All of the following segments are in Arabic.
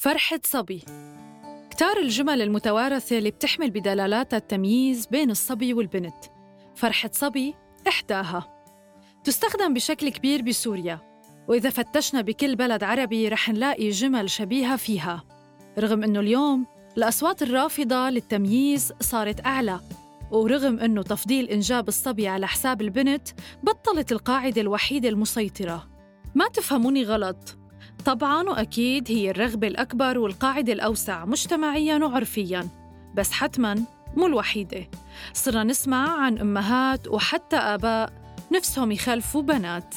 فرحة صبي. كتار الجمل المتوارثة اللي بتحمل بدلالاتها التمييز بين الصبي والبنت. فرحة صبي إحداها. تستخدم بشكل كبير بسوريا، وإذا فتشنا بكل بلد عربي رح نلاقي جمل شبيهة فيها، رغم أنه اليوم الأصوات الرافضة للتمييز صارت أعلى، ورغم أنه تفضيل إنجاب الصبي على حساب البنت بطلت القاعدة الوحيدة المسيطرة. ما تفهموني غلط، طبعاً وأكيد هي الرغبة الأكبر والقاعدة الأوسع مجتمعياً وعرفياً، بس حتماً مو الوحيدة. صرنا نسمع عن أمهات وحتى آباء نفسهم يخلفوا بنات.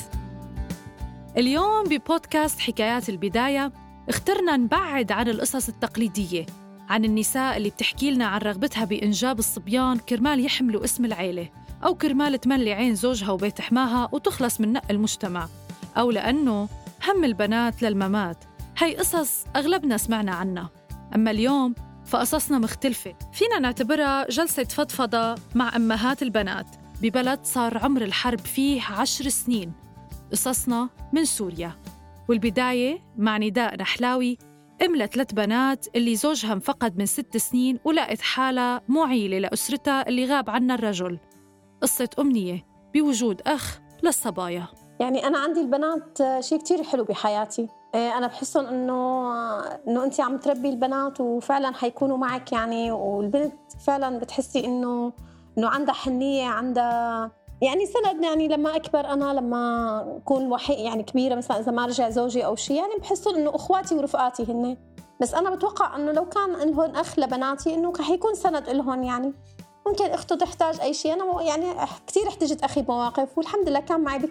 اليوم ببودكاست حكايات البداية اخترنا نبعد عن القصص التقليدية، عن النساء اللي بتحكي لنا عن رغبتها بإنجاب الصبيان كرمال يحملوا اسم العيلة، أو كرمال تملي عين زوجها وبيت حماها وتخلص من نق المجتمع، أو لأنه هم البنات للممات. هاي قصص أغلبنا سمعنا عنها، أما اليوم فقصصنا مختلفة، فينا نعتبرها جلسة فضفضة مع أمهات البنات ببلد صار عمر الحرب فيه 10 سنين. قصصنا من سوريا، والبداية مع نداء نحلاوي، أم ل3 بنات اللي زوجها انفقد من 6 سنين ولقت حالها معيلة لأسرتها اللي غاب عنها الرجل. قصة أمنية بوجود أخ للصبايا. يعني أنا عندي البنات شيء كتير حلو بحياتي. أنا بحسهم إنه أنت عم تربي البنات وفعلاً حيكونوا معك يعني، والبنت فعلاً بتحسي إنه عندها حنية، عندها يعني سند. يعني لما أكبر أنا، لما أكون وحيد يعني كبيرة مثلاً، إذا ما رجع زوجي أو شيء، يعني بحسهم إنه أخواتي ورفقاتي هن. بس أنا بتوقع إنه لو كان لهم أخ لبناتي إنه حيكون سند لهم. يعني ممكن أخته تحتاج أي شيء، أنا يعني كتير احتجت أخي بمواقف، والحمد لله كان معي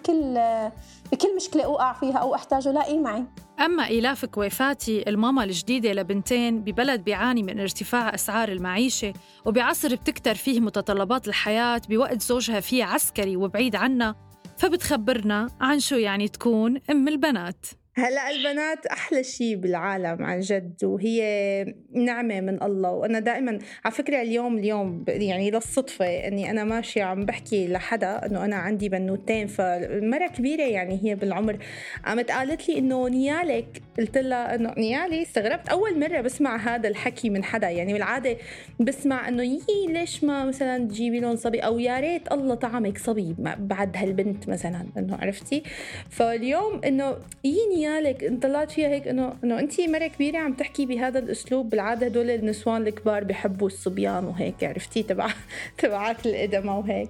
بكل مشكلة أوقع فيها أو أحتاجه لاقي معي. أما إيلاف كويفاتي، الماما الجديدة لبنتين ببلد بيعاني من ارتفاع أسعار المعيشة، وبعصر بتكتر فيه متطلبات الحياة بوقت زوجها فيه عسكري وبعيد عنا، فبتخبرنا عن شو يعني تكون أم البنات. هلأ البنات أحلى شيء بالعالم عن جد، وهي نعمة من الله. وأنا دائما على فكرة اليوم يعني للصدفة أني أنا ماشية عم بحكي لحدا أنه أنا عندي بنوتين، فمرة كبيرة يعني هي بالعمر قامت قالت لي أنه نيالك. قلت لها أنه نيالي. استغربت أول مرة بسمع هذا الحكي من حدا، يعني بالعادة بسمع أنه ليش ما مثلا تجيبي لهم صبي، أو يا ريت الله طعمك صبي بعد هالبنت مثلا، أنه عرفتي. فاليوم أنه نيالك انطلعت فيها هيك انه انتي مرة كبيرة عم تحكي بهذا الاسلوب. بالعادة هدول النسوان الكبار بيحبوا الصبيان وهيك، عرفتي، تبعات القدماء وهيك.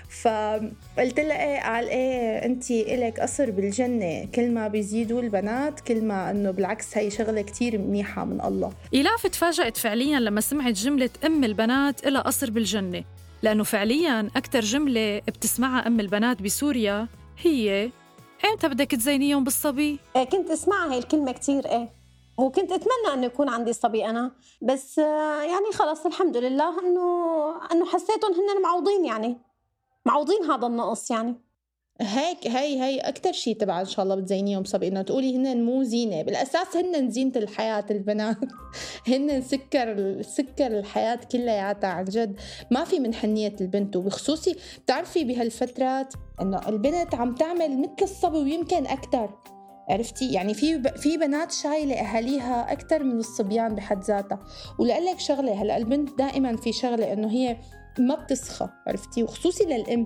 فقلت لها ايه؟ قال ايه انتي إلك قصر بالجنة، كل ما بيزيدوا البنات كل ما انه بالعكس هاي شغلة كتير منيحة من الله. إيلاف تفاجأت فعليا لما سمعت جملة أم البنات إلها قصر بالجنة، لأنه فعليا أكتر جملة بتسمعها أم البنات بسوريا هي إمتى بدك تزينيهم بالصبي؟ كنت اسمع هاي الكلمة كتير، وكنت أتمنى أنه يكون عندي صبي أنا، بس يعني خلاص الحمد لله أنه حسيتهم هن معوضين، يعني معوضين هذا النقص. يعني هيك هي أكتر شيء تبع إن شاء الله بتزينيهم صبي، إنه تقولي هن مو زينة، بالأساس هن زينة الحياة. البنات هن سكر الحياة كلها عن جد. ما في من حنية البنت، وبخصوصي بتعرفي بهالفترات إنه البنت عم تعمل مثل الصبي ويمكن أكتر، عرفتي. يعني في بنات شايلة أهاليها أكتر من الصبيان بحد ذاتها. ولقلك شغلة، هلأ البنت دائما في شغلة إنه هي ما بتسخى، عرفتي، وخصوصي للأم.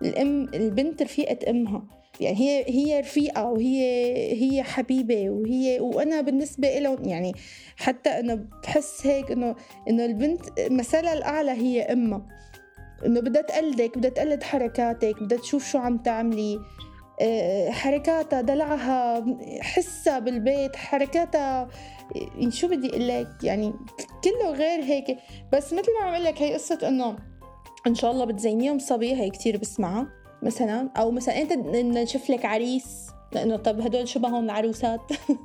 البنت رفيقة أمها، يعني هي رفيقة، وهي حبيبة، وأنا بالنسبة لهم يعني حتى أنا بحس هيك إنه البنت مثلها الأعلى هي أمها، إنه بدها تقلدك، بدها تقلد حركاتك، بدها تشوف شو عم تعملي، حركاتها، دلعها، حسها بالبيت، حركاتها، شو بدي أقول لك، يعني كله غير هيك. بس مثل ما عم أقول لك، هي قصة إنه إن شاء الله بتزينيهم صبي، هي كتير بسمعها مثلا. أو مثلا أنت نشوف لك عريس، لأنه طب هدول شبههم العروسات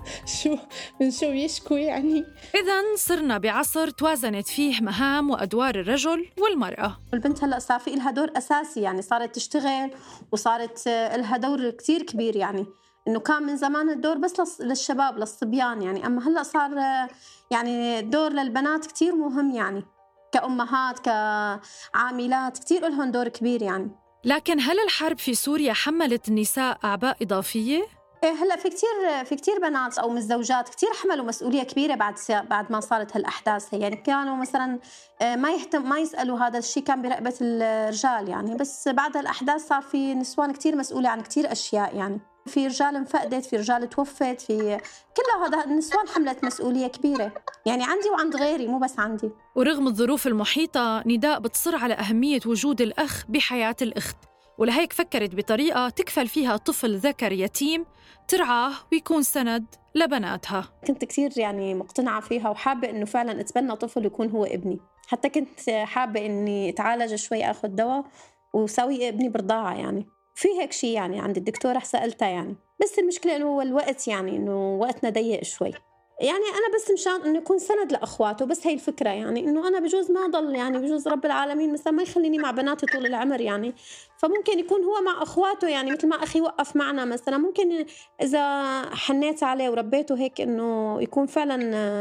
من شو يشكوا يعني. إذن صرنا بعصر توازنت فيه مهام وأدوار الرجل والمرأة. البنت هلأ صار في لها دور أساسي، يعني صارت تشتغل وصارت لها دور كتير كبير. يعني إنه كان من زمان الدور بس للشباب للصبيان يعني، أما هلأ صار يعني الدور للبنات كتير مهم، يعني كأمهات كعاملات كتير لهم دور كبير يعني. لكن هل الحرب في سوريا حملت النساء أعباء إضافية؟ هلا في كتير بنات او متزوجات كتير حملوا مسؤوليه كبيره بعد ما صارت هالاحداث هي. يعني كانوا مثلا ما يسالوا هذا الشيء، كان برقبه الرجال يعني، بس بعد الاحداث صار في نسوان كتير مسؤوله عن كتير اشياء. يعني في رجال انفقدت، في رجال توفت، في كل هذا النسوان حملت مسؤوليه كبيره، يعني عندي وعند غيري، مو بس عندي. ورغم الظروف المحيطه، نداء بتصر على اهميه وجود الاخ بحياه الاخت، ولهيك فكرت بطريقة تكفل فيها طفل ذكر يتيم ترعاه ويكون سند لبناتها. كنت كتير يعني مقتنعة فيها وحابة إنه فعلاً أتبنى طفل يكون هو ابني. حتى كنت حابة إني أتعالج شوي، أخذ دواء وسوي ابني برضاعة. يعني في هيك شيء يعني عند الدكتورة سألتها يعني، بس المشكلة إنه هو الوقت، يعني إنه وقتنا ضيق شوي. يعني أنا بس مشان إنه يكون سند لأخواته، بس هي الفكرة. يعني إنه أنا بجوز ما ضل، يعني بجوز رب العالمين مثلا ما يخليني مع بناتي طول العمر، يعني فممكن يكون هو مع أخواته، يعني مثل ما أخي وقف معنا مثلا، ممكن إذا حنيت عليه وربيته هيك إنه يكون فعلا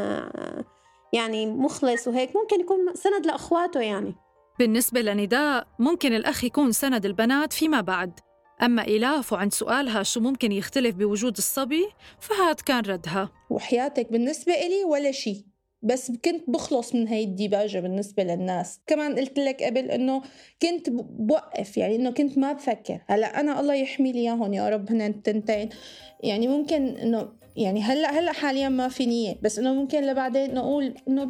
يعني مخلص وهيك، ممكن يكون سند لأخواته. يعني بالنسبة لنداء ممكن الأخ يكون سند البنات فيما بعد، أما إلاف وعند سؤالها شو ممكن يختلف بوجود الصبي، فهاد كان ردها: وحياتك بالنسبة إلي ولا شيء، بس كنت بخلص من هاي الديباجة بالنسبة للناس. كمان قلت لك قبل إنه كنت بوقف، يعني إنه كنت ما بفكر. هلأ أنا الله يحمي لي إياهم يا رب، هن التنتين. يعني ممكن إنه يعني هلأ حاليا ما في نية، بس إنه ممكن لبعدين نقول إنه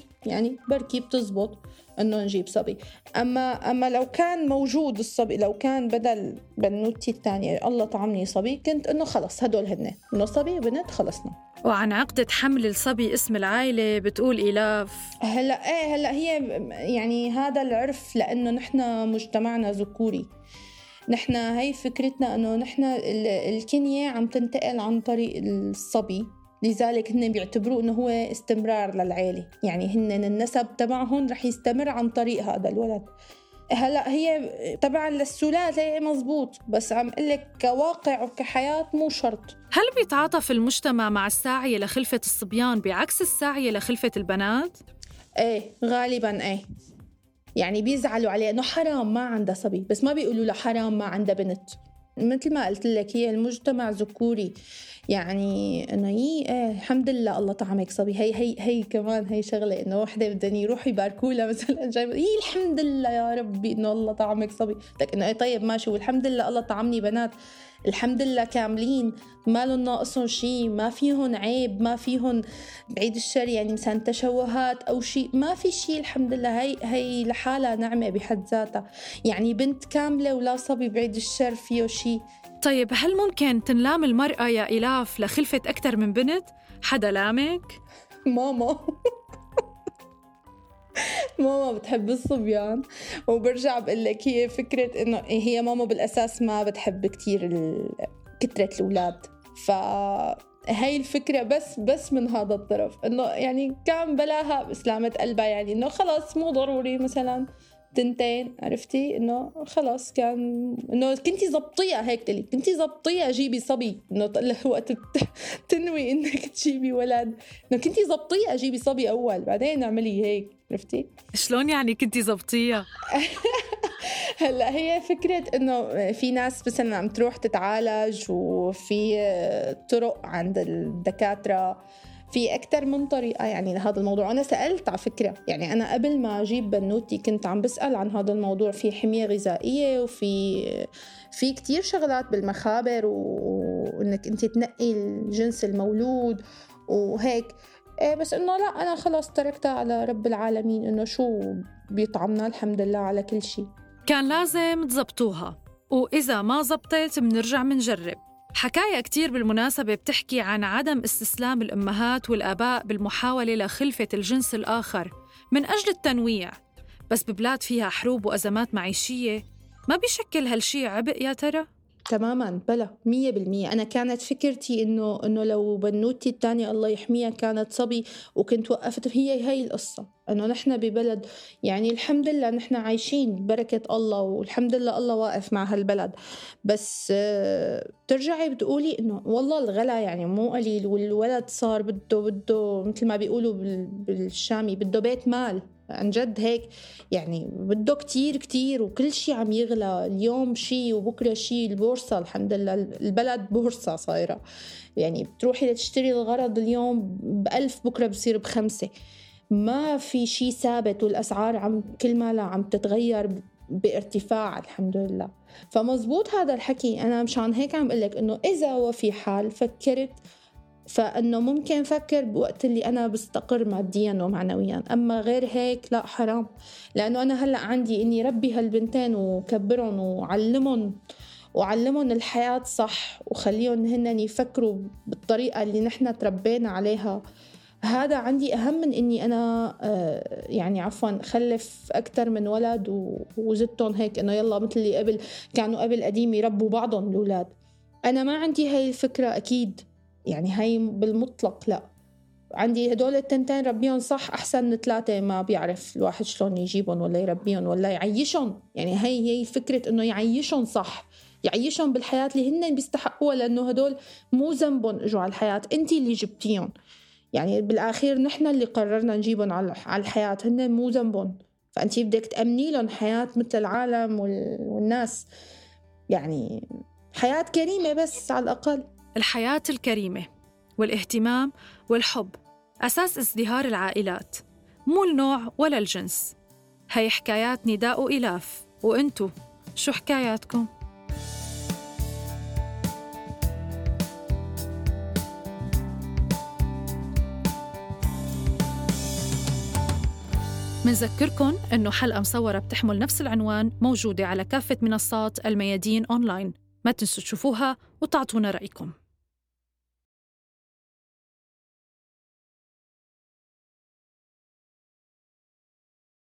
بركي بتزبط إنه نجيب صبي. أما لو كان موجود الصبي، لو كان بدل بنوتي الثانية الله طعمني صبي، كنت إنه خلص هدول هن إنه صبي وبنت خلصنا. وعن عقدة حمل الصبي اسم العائلة بتقول إلاف: هلأ هي يعني هذا العرف، لأنه نحن مجتمعنا ذكوري. نحن هاي فكرتنا أنه نحن الكنية عم تنتقل عن طريق الصبي، لذلك هن بيعتبروا أنه هو استمرار للعائلة، يعني هن النسب تبعهم رح يستمر عن طريق هذا الولد. هلأ هي طبعا للسلالة مزبوط، بس عم قلك كواقع وكحياة مو شرط. هل بيتعاطف المجتمع مع الساعية لخلفة الصبيان بعكس الساعية لخلفة البنات؟ ايه غالبا ايه، يعني بيزعلوا عليه انه حرام ما عنده صبي، بس ما بيقولوا له حرام ما عنده بنت. مثل ما قلت لك هي المجتمع ذكوري، يعني انه الحمد لله الله طعمك صبي. هي كمان هي شغله انه وحده بدهم يروحوا يباركوا لها مثلا، جايبه الحمد لله يا ربي انه الله طعمك صبي، لك انه طيب ماشي، والحمد لله الله طعمني بنات، الحمد لله كاملين، ما لهم ناقصهم شيء، ما فيهم عيب، ما فيهم بعيد الشر يعني مثلا تشوهات او شيء، ما في شيء الحمد لله. هي لحالها نعمه بحد ذاتها، يعني بنت كامله ولا صبي بعيد الشر فيه شيء. طيب هل ممكن تنلام المرأة يا إلاف لخلفة أكثر من بنت؟ حدا لامك؟ ماما ماما بتحب الصبيان، وبرجع بقول لك هي فكرة إنه هي ماما بالأساس ما بتحب كتير كترة الأولاد، فهي الفكرة بس من هذا الطرف إنه يعني كان بلاها بسلامة قلبها، يعني إنه خلاص مو ضروري مثلا تنتين، عرفتي إنه خلاص كان إنه كنتي زبطية هيك تلي، كنتي زبطية جيبي صبي، إنه له وقت تنوي إنك تجيبي ولد، إنه كنتي زبطية جيبي صبي أول بعدين اعملي هيك، عرفتي؟ شلون يعني كنتي زبطية؟ هلا هي فكرة إنه في ناس مثلا عم تروح تتعالج، وفي طرق عند الدكاترة، في أكتر من طريقة يعني لهذا الموضوع. أنا سألت على فكرة، يعني أنا قبل ما أجيب بنوتي كنت عم بسأل عن هذا الموضوع، في حمية غذائية وفي كتير شغلات بالمخابر، وإنك أنت تنقي الجنس المولود وهيك. بس إنه لا، أنا خلاص تركتها على رب العالمين، إنه شو بيطعمنا الحمد لله على كل شيء. كان لازم تزبطوها، وإذا ما زبطت منرجع منجرب. حكاية كتير بالمناسبة بتحكي عن عدم استسلام الأمهات والآباء بالمحاولة لخلفة الجنس الآخر من أجل التنويع، بس ببلاد فيها حروب وأزمات معيشية ما بيشكل هالشي عبء يا ترى؟ تماماً بلا 100%. أنا كانت فكرتي إنه لو بنوتي الثانية الله يحميها كانت صبي وكنت وقفت، هي القصة، إنه نحن ببلد يعني الحمد لله نحن عايشين بركة الله، والحمد لله الله واقف مع هالبلد. بس بترجعي بتقولي إنه والله الغلا يعني مو قليل، والولد صار بده مثل ما بيقولوا بالشامي بده بيت مال، عن جد هيك يعني بده كتير وكل شي عم يغلى، اليوم شي وبكرة شي. البورصة الحمد لله البلد بورصة صايرة، يعني بتروحي لتشتري الغرض اليوم ب1,000 بكرة بصير ب5. ما في شي ثابت، والأسعار كل ما لا عم تتغير بارتفاع الحمد لله. فمزبوط هذا الحكي. أنا مشان هيك عم قلك إنه إذا هو في حال فكرت، فإنه ممكن فكر بوقت اللي أنا بستقر مادياً ومعنوياً، أما غير هيك لا حرام. لأنه أنا هلأ عندي إني ربي هالبنتين وكبرهم وعلمهم الحياة صح، وخليهم هن يفكروا بالطريقة اللي نحن تربينا عليها. هذا عندي أهم من إني أنا يعني عفواً خلف أكتر من ولد وزدتهم هيك إنه يلا مثل اللي قبل كانوا قبل قديم يربوا بعضهم الأولاد. أنا ما عندي هاي الفكرة أكيد، يعني هاي بالمطلق لا. عندي هدول التنتين ربيهم صح أحسن من 3 ما بيعرف الواحد شلون يجيبهم ولا يربيهم ولا يعيشهم. يعني هي فكرة إنه يعيشهم صح، يعيشهم بالحياة اللي هن بيستحقوها، لأنه هدول مو ذنبهم إجوا على الحياة، أنتي اللي جبتيهم. يعني بالآخير نحن اللي قررنا نجيبهم على الحياة، هن مو ذنبهم. فأنتي بدك تأمني لهم حياة مثل العالم والناس، يعني حياة كريمة بس على الأقل. الحياة الكريمة والاهتمام والحب أساس ازدهار العائلات، مو النوع ولا الجنس. هاي حكايات نداء وإلاف، وإنتو شو حكاياتكم؟ منذكركن إنه حلقة مصورة بتحمل نفس العنوان موجودة على كافة منصات الميادين أونلاين. ما تنسوا تشوفوها وتعطونا رأيكم.